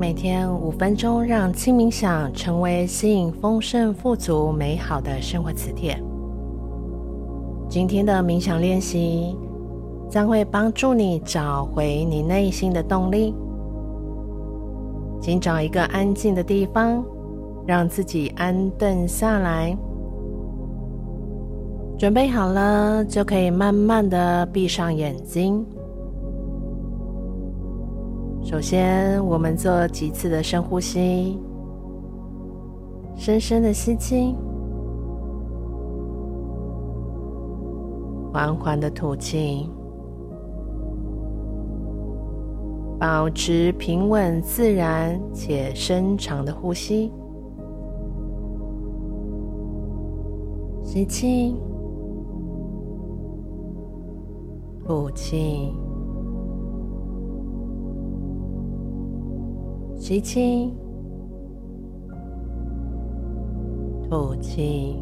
每天5分钟，让轻冥想成为吸引丰盛、富足、美好的生活磁铁。今天的冥想练习将会帮助你找回你内心的动力。请找一个安静的地方，让自己安顿下来。准备好了，就可以慢慢的闭上眼睛。首先，我们做几次的深呼吸，深深的吸气，缓缓的吐气，保持平稳自然且深长的呼吸。吸气，吐气，吸气，吐气。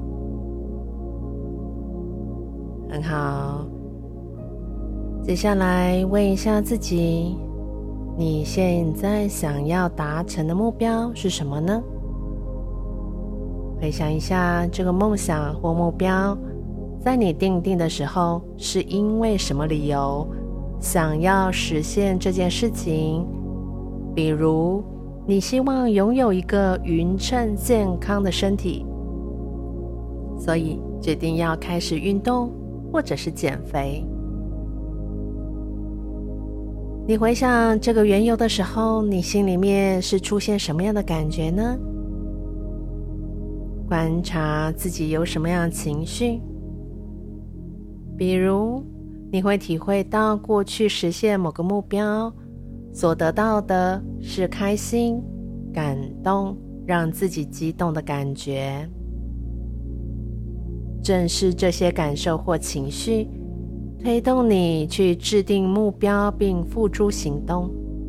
很好。接下来问一下自己，你现在想要达成的目标是什么呢？回想一下这个梦想或目标，在你定的时候，是因为什么理由想要实现这件事情？比如，你希望拥有一个匀称健康的身体，所以决定要开始运动或者是减肥。你回想这个缘由的时候，你心里面是出现什么样的感觉呢？观察自己有什么样的情绪，比如你会体会到过去实现某个目标所得到的是开心、感动、让自己激动的感觉。正是这些感受或情绪推动你去制定目标并付诸行动。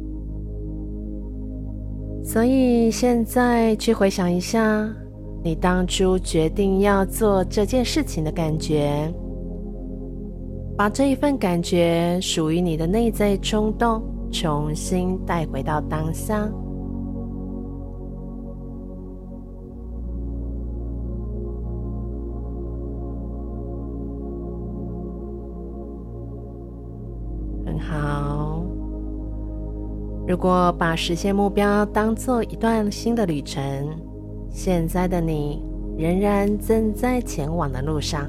所以现在去回想一下你当初决定要做这件事情的感觉，把这一份感觉属于你的内在冲动重新带回到当下。很好。如果把实现目标当作一段新的旅程，现在的你仍然正在前往的路上。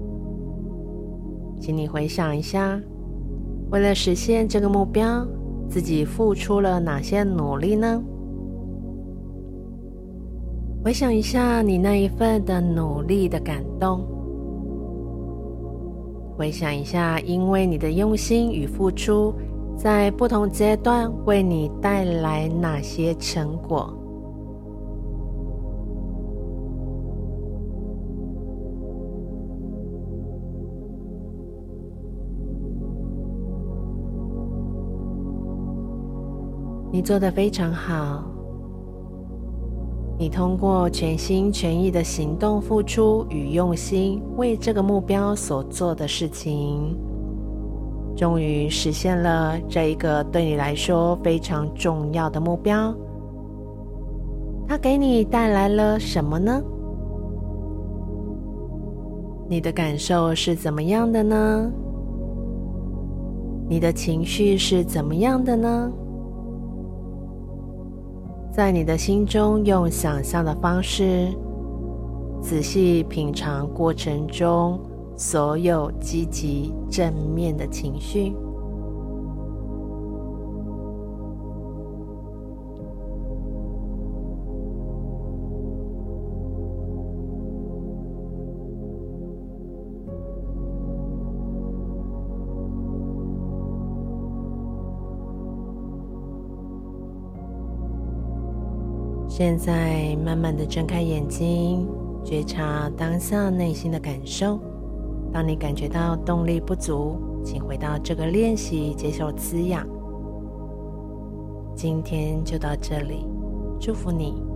请你回想一下，为了实现这个目标，自己付出了哪些努力呢？回想一下你那一份的努力的感动，回想一下因为你的用心与付出，在不同阶段为你带来哪些成果。你做得非常好，你通过全心全意的行动付出与用心为这个目标所做的事情，终于实现了这一个对你来说非常重要的目标。它给你带来了什么呢？你的感受是怎么样的呢？你的情绪是怎么样的呢？在你的心中用想象的方式，仔细品尝过程中所有积极正面的情绪。现在慢慢的睁开眼睛，觉察当下内心的感受。当你感觉到动力不足，请回到这个练习，接受滋养。今天就到这里，祝福你。